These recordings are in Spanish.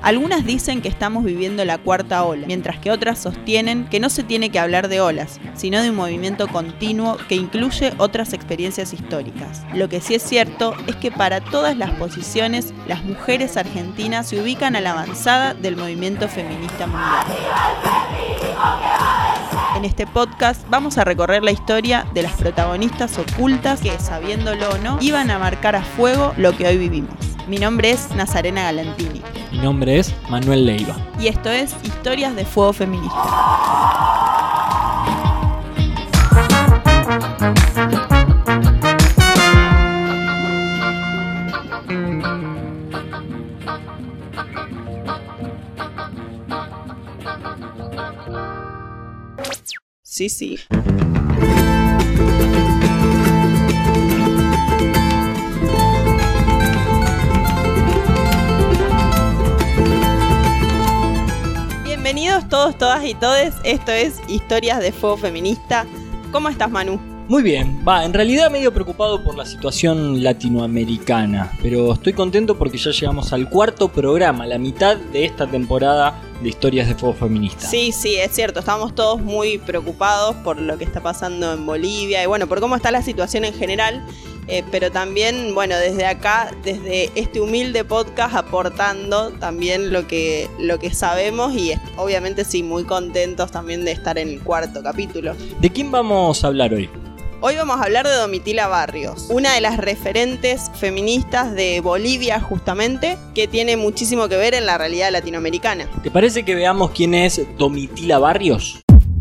Algunas dicen que estamos viviendo la cuarta ola, mientras que otras sostienen que no se tiene que hablar de olas, sino de un movimiento continuo que incluye otras experiencias históricas. Lo que sí es cierto es que para todas las posiciones, las mujeres argentinas se ubican a la avanzada del movimiento feminista mundial. En este podcast vamos a recorrer la historia de las protagonistas ocultas que, sabiéndolo o no, iban a marcar a fuego lo que hoy vivimos. Mi nombre es Nazarena Galantini. Mi nombre es Manuel Leiva. Y esto es Historias de Fuego Feminista. Sí. Bienvenidos todos, todas y todes. Esto es Historias de Fuego Feminista. ¿Cómo estás, Manu? Muy bien, en realidad medio preocupado por la situación latinoamericana, pero estoy contento porque ya llegamos al cuarto programa, la mitad de esta temporada de Historias de Fuego Feminista. Sí, es cierto, estamos todos muy preocupados por lo que está pasando en Bolivia y por cómo está la situación en general, pero también, desde acá, desde este humilde podcast, aportando también lo que sabemos y obviamente sí, muy contentos también de estar en el cuarto capítulo. ¿De quién vamos a hablar hoy? Hoy vamos a hablar de Domitila Barrios, una de las referentes feministas de Bolivia justamente, que tiene muchísimo que ver en la realidad latinoamericana. ¿Te parece que veamos quién es Domitila Barrios?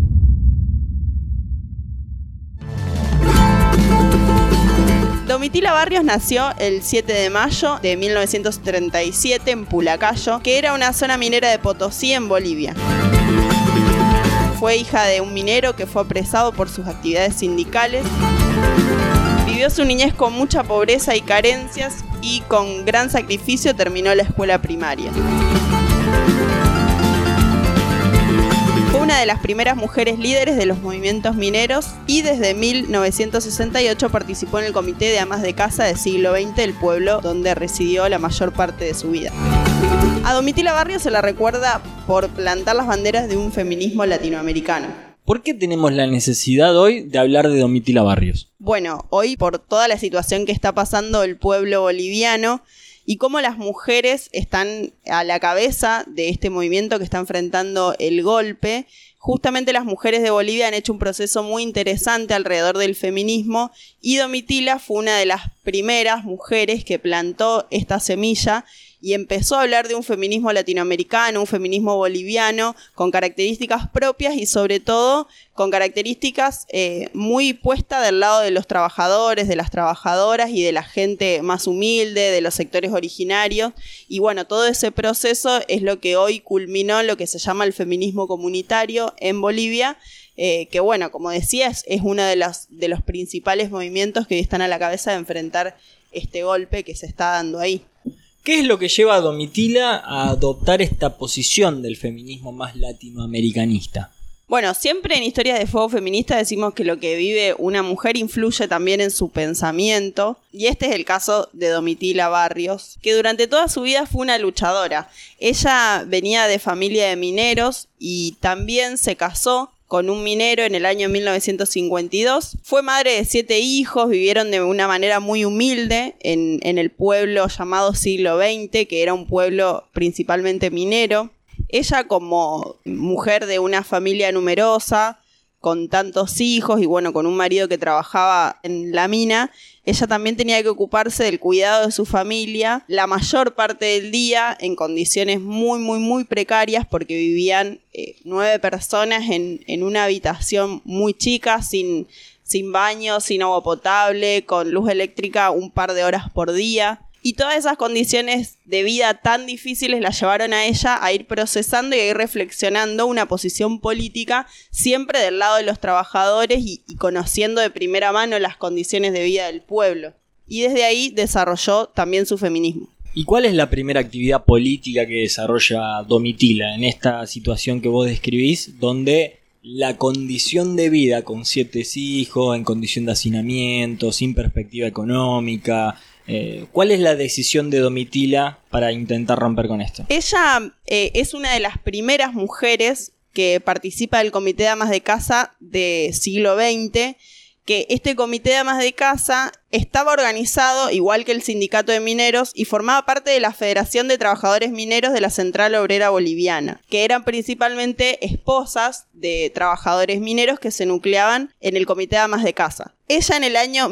Domitila Barrios nació el 7 de mayo de 1937 en Pulacayo, que era una zona minera de Potosí en Bolivia. Fue hija de un minero que fue apresado por sus actividades sindicales. Vivió su niñez con mucha pobreza y carencias y con gran sacrificio terminó la escuela primaria. Fue una de las primeras mujeres líderes de los movimientos mineros y desde 1968 participó en el Comité de Amas de Casa del siglo XX del pueblo donde residió la mayor parte de su vida. A Domitila Barrios se la recuerda por plantar las banderas de un feminismo latinoamericano. ¿Por qué tenemos la necesidad hoy de hablar de Domitila Barrios? Hoy por toda la situación que está pasando el pueblo boliviano y cómo las mujeres están a la cabeza de este movimiento que está enfrentando el golpe. Justamente las mujeres de Bolivia han hecho un proceso muy interesante alrededor del feminismo y Domitila fue una de las primeras mujeres que plantó esta semilla y empezó a hablar de un feminismo latinoamericano, un feminismo boliviano, con características propias y sobre todo con características muy puestas del lado de los trabajadores, de las trabajadoras y de la gente más humilde, de los sectores originarios. Y todo ese proceso es lo que hoy culminó en lo que se llama el feminismo comunitario en Bolivia, que como decías, es uno de los principales movimientos que están a la cabeza de enfrentar este golpe que se está dando ahí. ¿Qué es lo que lleva a Domitila a adoptar esta posición del feminismo más latinoamericanista? Siempre en Historias de Fuego Feminista decimos que lo que vive una mujer influye también en su pensamiento, y este es el caso de Domitila Barrios, que durante toda su vida fue una luchadora. Ella venía de familia de mineros y también se casó con un minero en el año 1952. Fue madre de 7 hijos, vivieron de una manera muy humilde en el pueblo llamado Siglo XX, que era un pueblo principalmente minero. Ella, como mujer de una familia numerosa, con tantos hijos y con un marido que trabajaba en la mina, ella también tenía que ocuparse del cuidado de su familia la mayor parte del día en condiciones muy, muy, muy precarias porque vivían 9 personas en una habitación muy chica, sin baño, sin agua potable, con luz eléctrica un par de horas por día. Y todas esas condiciones de vida tan difíciles la llevaron a ella a ir procesando y a ir reflexionando una posición política siempre del lado de los trabajadores y conociendo de primera mano las condiciones de vida del pueblo. Y desde ahí desarrolló también su feminismo. ¿Y cuál es la primera actividad política que desarrolla Domitila en esta situación que vos describís, donde la condición de vida con 7 hijos, en condición de hacinamiento, sin perspectiva económica, ¿Cuál es la decisión de Domitila para intentar romper con esto? Ella es una de las primeras mujeres que participa del Comité de Amas de Casa de siglo XX, que este Comité de Amas de Casa estaba organizado igual que el Sindicato de Mineros y formaba parte de la Federación de Trabajadores Mineros de la Central Obrera Boliviana, que eran principalmente esposas de trabajadores mineros que se nucleaban en el Comité de Amas de Casa. Ella en el año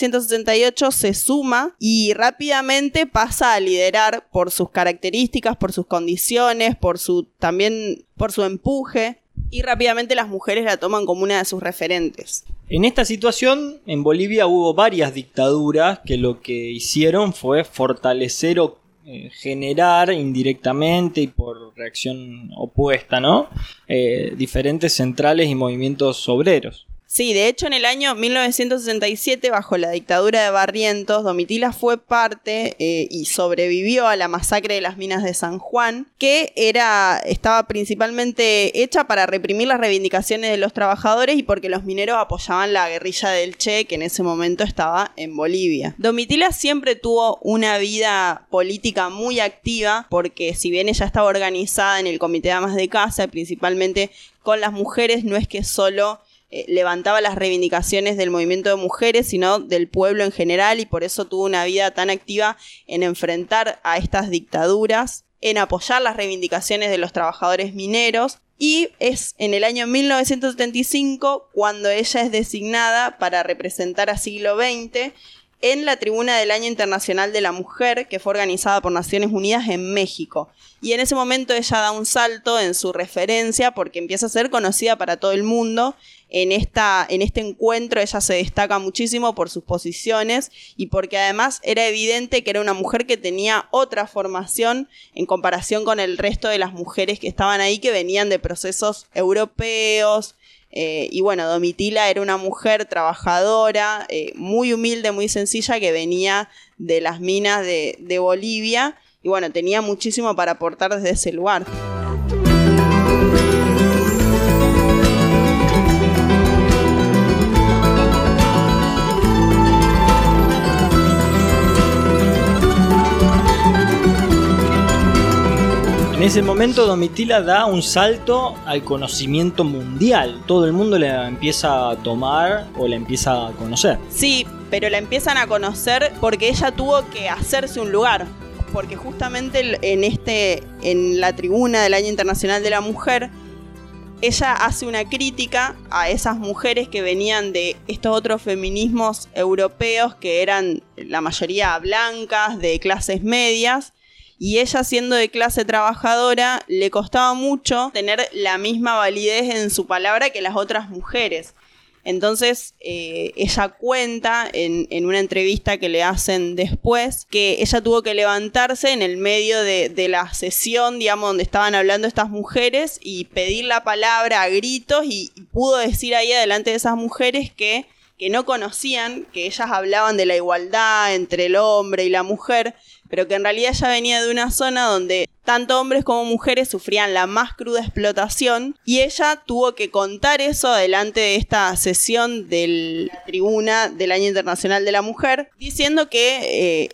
1968 se suma y rápidamente pasa a liderar por sus características, por sus condiciones, también por su empuje, y rápidamente las mujeres la toman como una de sus referentes. En esta situación, en Bolivia hubo varias dictaduras que lo que hicieron fue fortalecer o generar indirectamente y por reacción opuesta, ¿no? Diferentes centrales y movimientos obreros. Sí, de hecho en el año 1967, bajo la dictadura de Barrientos, Domitila fue parte y sobrevivió a la masacre de las minas de San Juan, que estaba principalmente hecha para reprimir las reivindicaciones de los trabajadores y porque los mineros apoyaban la guerrilla del Che, que en ese momento estaba en Bolivia. Domitila siempre tuvo una vida política muy activa, porque si bien ella estaba organizada en el Comité de Amas de Casa, principalmente con las mujeres, no es que solo levantaba las reivindicaciones del movimiento de mujeres, sino del pueblo en general, y por eso tuvo una vida tan activa en enfrentar a estas dictaduras, en apoyar las reivindicaciones de los trabajadores mineros. Y es en el año 1975 cuando ella es designada para representar a siglo XX en la tribuna del Año Internacional de la Mujer, que fue organizada por Naciones Unidas en México. Y en ese momento ella da un salto en su referencia porque empieza a ser conocida para todo el mundo. En este encuentro ella se destaca muchísimo por sus posiciones y porque además era evidente que era una mujer que tenía otra formación en comparación con el resto de las mujeres que estaban ahí, que venían de procesos europeos. Y bueno, Domitila era una mujer trabajadora, muy humilde, muy sencilla, que venía de las minas de Bolivia y bueno, tenía muchísimo para aportar desde ese lugar. En ese momento Domitila da un salto al conocimiento mundial. Todo el mundo la empieza a tomar o la empieza a conocer. Sí, pero la empiezan a conocer porque ella tuvo que hacerse un lugar. Porque justamente en la tribuna del Año Internacional de la Mujer, ella hace una crítica a esas mujeres que venían de estos otros feminismos europeos que eran la mayoría blancas, de clases medias. Y ella, siendo de clase trabajadora, le costaba mucho tener la misma validez en su palabra que las otras mujeres. Entonces, ella cuenta en una entrevista que le hacen después que ella tuvo que levantarse en el medio de la sesión, digamos, donde estaban hablando estas mujeres y pedir la palabra a gritos y pudo decir ahí adelante de esas mujeres que no conocían, que ellas hablaban de la igualdad entre el hombre y la mujer, pero que en realidad ella venía de una zona donde tanto hombres como mujeres sufrían la más cruda explotación, y ella tuvo que contar eso delante de esta sesión de la tribuna del Año Internacional de la Mujer, diciendo que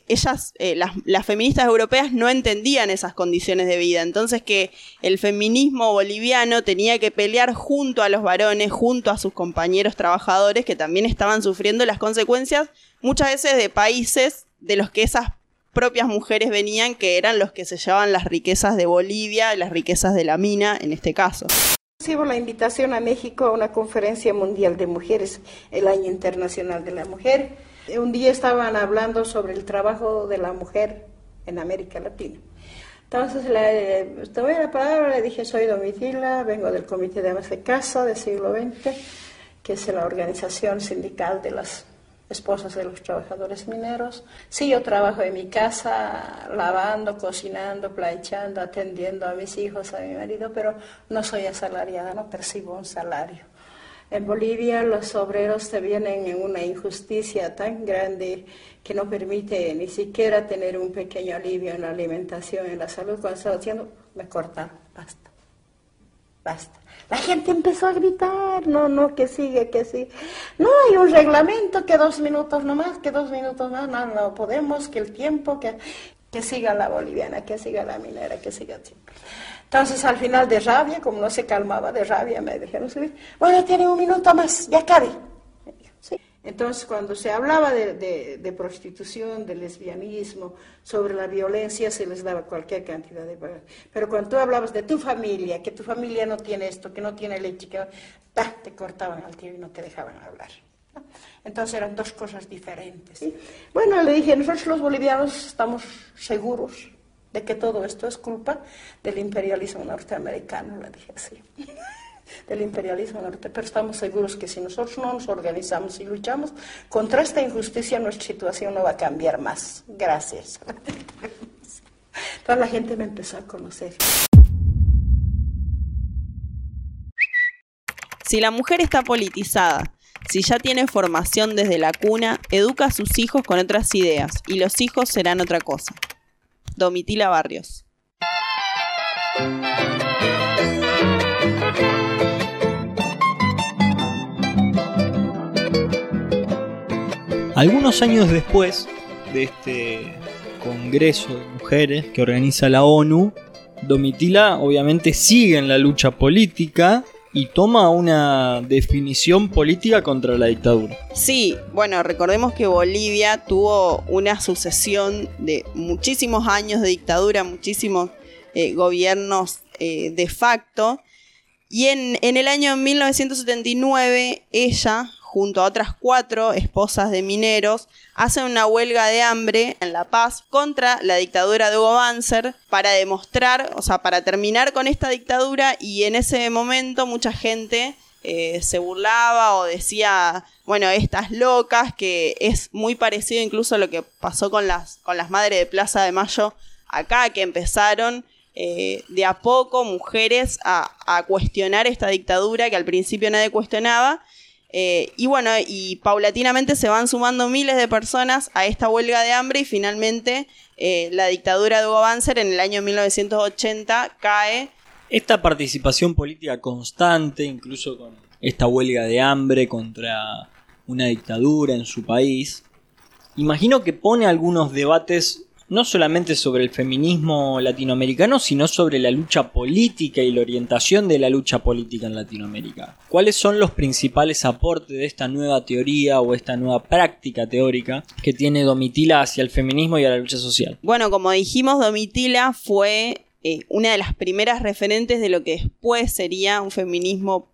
las feministas europeas no entendían esas condiciones de vida, entonces que el feminismo boliviano tenía que pelear junto a los varones, junto a sus compañeros trabajadores que también estaban sufriendo las consecuencias muchas veces de países de los que esas propias mujeres venían, que eran los que se llevaban las riquezas de Bolivia, las riquezas de la mina en este caso. Recibo la invitación a México a una conferencia mundial de mujeres, el Año Internacional de la Mujer. Un día estaban hablando sobre el trabajo de la mujer en América Latina. Entonces tomé la palabra, le dije: soy Domitila, vengo del Comité de Amas de Casa del siglo XX, que es la organización sindical de las esposas de los trabajadores mineros. Sí, yo trabajo en mi casa, lavando, cocinando, planchando, atendiendo a mis hijos, a mi marido, pero no soy asalariada, no percibo un salario. En Bolivia los obreros se vienen en una injusticia tan grande que no permite ni siquiera tener un pequeño alivio en la alimentación, en la salud. Cuando estoy haciendo, me cortan, basta. basta. La gente empezó a gritar, no, que sigue. No, hay un reglamento, que 2 minutos nomás, no podemos, que el tiempo, que siga la boliviana, que siga la minera, que siga siempre. Entonces, al final de rabia, como no se calmaba de rabia, me dijeron, bueno, tiene 1 minuto más, ya acabe. Sí. Entonces, cuando se hablaba de prostitución, de lesbianismo, sobre la violencia, se les daba cualquier cantidad de... Pero cuando tú hablabas de tu familia, que tu familia no tiene esto, que no tiene leche, te cortaban al tiro y no te dejaban hablar. Entonces eran 2 cosas diferentes. ¿Sí? Bueno, le dije, nosotros los bolivianos estamos seguros de que todo esto es culpa del imperialismo norteamericano, le dije así. Del imperialismo norteamericano, pero estamos seguros que si nosotros no nos organizamos y luchamos contra esta injusticia, nuestra situación no va a cambiar más. Gracias. Toda la gente me empezó a conocer. Si la mujer está politizada, si ya tiene formación desde la cuna, educa a sus hijos con otras ideas y los hijos serán otra cosa. Domitila Barrios. Algunos años después de este Congreso de Mujeres que organiza la ONU, Domitila obviamente sigue en la lucha política y toma una definición política contra la dictadura. Sí, bueno, recordemos que Bolivia tuvo una sucesión de muchísimos años de dictadura, muchísimos gobiernos de facto, y en el año 1979 ella, junto a otras 4 esposas de mineros, hacen una huelga de hambre en La Paz contra la dictadura de Hugo Banzer para demostrar, o sea, para terminar con esta dictadura, y en ese momento mucha gente se burlaba o decía, bueno, estas locas, que es muy parecido incluso a lo que pasó con las madres de Plaza de Mayo acá, que empezaron de a poco mujeres a cuestionar esta dictadura que al principio nadie cuestionaba. Y bueno, y paulatinamente se van sumando miles de personas a esta huelga de hambre y finalmente la dictadura de Hugo Banzer en el año 1980 cae. Esta participación política constante, incluso con esta huelga de hambre contra una dictadura en su país, imagino que pone algunos debates no solamente sobre el feminismo latinoamericano, sino sobre la lucha política y la orientación de la lucha política en Latinoamérica. ¿Cuáles son los principales aportes de esta nueva teoría o esta nueva práctica teórica que tiene Domitila hacia el feminismo y a la lucha social? Bueno, como dijimos, Domitila fue una de las primeras referentes de lo que después sería un feminismo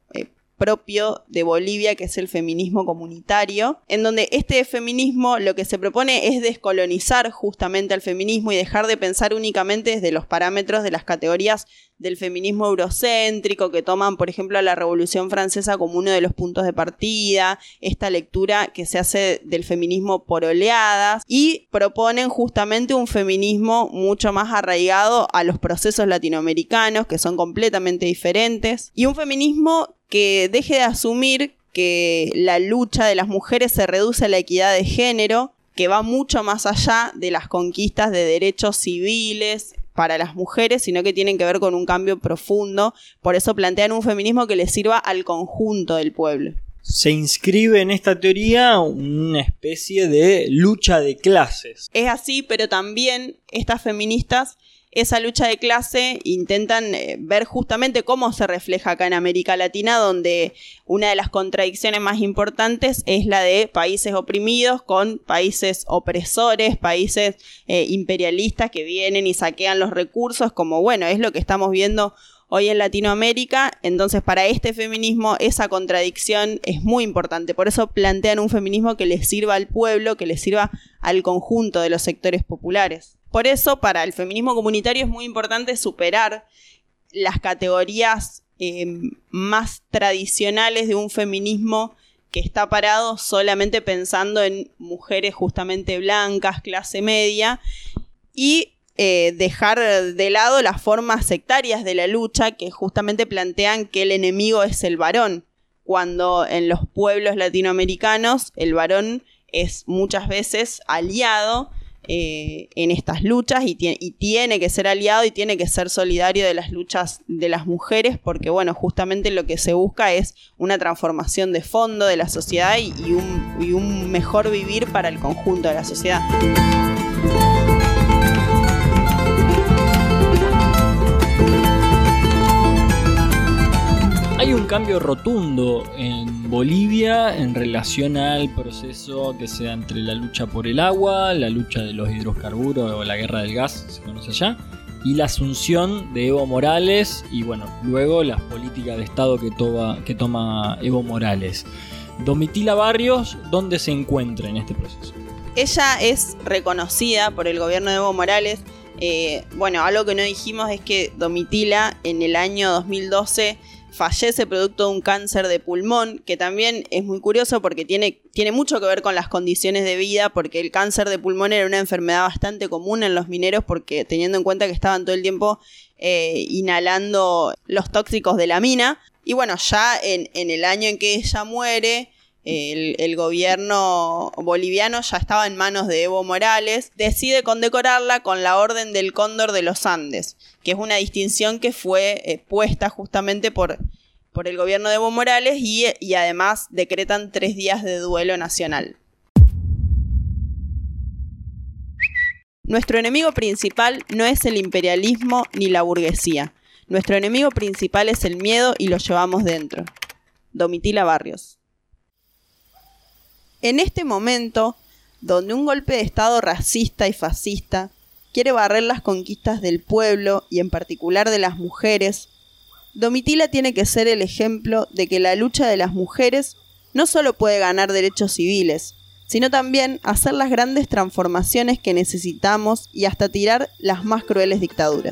propio de Bolivia, que es el feminismo comunitario, en donde este feminismo lo que se propone es descolonizar justamente al feminismo y dejar de pensar únicamente desde los parámetros de las categorías del feminismo eurocéntrico, que toman, por ejemplo, a la Revolución Francesa como uno de los puntos de partida, esta lectura que se hace del feminismo por oleadas, y proponen justamente un feminismo mucho más arraigado a los procesos latinoamericanos, que son completamente diferentes, y un feminismo que deje de asumir que la lucha de las mujeres se reduce a la equidad de género, que va mucho más allá de las conquistas de derechos civiles para las mujeres, sino que tienen que ver con un cambio profundo. Por eso plantean un feminismo que le sirva al conjunto del pueblo. Se inscribe en esta teoría una especie de lucha de clases. Es así, pero también estas feministas esa lucha de clase intentan ver justamente cómo se refleja acá en América Latina, donde una de las contradicciones más importantes es la de países oprimidos con países opresores, países imperialistas que vienen y saquean los recursos, como bueno, es lo que estamos viendo hoy en Latinoamérica. Entonces, para este feminismo esa contradicción es muy importante. Por eso plantean un feminismo que le sirva al pueblo, que le sirva al conjunto de los sectores populares. Por eso, para el feminismo comunitario es muy importante superar las categorías más tradicionales de un feminismo que está parado solamente pensando en mujeres justamente blancas, clase media, y dejar de lado las formas sectarias de la lucha que justamente plantean que el enemigo es el varón, cuando en los pueblos latinoamericanos el varón es muchas veces aliado en estas luchas y tiene que ser aliado y tiene que ser solidario de las luchas de las mujeres, porque bueno, justamente lo que se busca es una transformación de fondo de la sociedad y un mejor vivir para el conjunto de la sociedad. Hay un cambio rotundo en Bolivia en relación al proceso que se da entre la lucha por el agua, la lucha de los hidrocarburos o la guerra del gas, se conoce allá, y la asunción de Evo Morales y bueno, luego las políticas de Estado que toma Evo Morales. Domitila Barrios, ¿dónde se encuentra en este proceso? Ella es reconocida por el gobierno de Evo Morales. Algo que no dijimos es que Domitila en el año 2012 fallece producto de un cáncer de pulmón, que también es muy curioso porque tiene mucho que ver con las condiciones de vida, porque el cáncer de pulmón era una enfermedad bastante común en los mineros, porque teniendo en cuenta que estaban todo el tiempo inhalando los tóxicos de la mina. Y bueno, ya en el año en que ella muere, el gobierno boliviano ya estaba en manos de Evo Morales, decide condecorarla con la Orden del Cóndor de los Andes, que es una distinción que fue puesta justamente por el gobierno de Evo Morales y además decretan 3 días de duelo nacional. Nuestro enemigo principal no es el imperialismo ni la burguesía. Nuestro enemigo principal es el miedo y lo llevamos dentro. Domitila Barrios. En este momento, donde un golpe de Estado racista y fascista quiere barrer las conquistas del pueblo y en particular de las mujeres, Domitila tiene que ser el ejemplo de que la lucha de las mujeres no solo puede ganar derechos civiles, sino también hacer las grandes transformaciones que necesitamos y hasta tirar las más crueles dictaduras.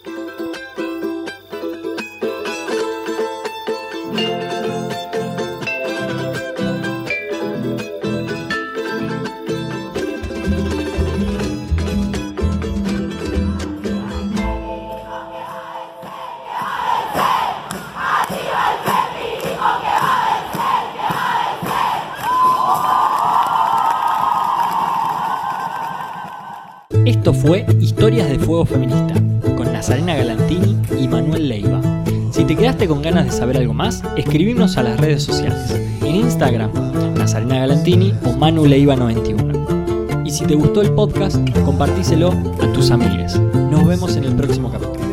Esto fue Historias de Fuego Feminista, con Nazarena Galantini y Manuel Leiva. Si te quedaste con ganas de saber algo más, escribimos a las redes sociales. En Instagram, Nazarena Galantini o Manu Leiva 91. Y si te gustó el podcast, compartíselo a tus amigues. Nos vemos en el próximo capítulo.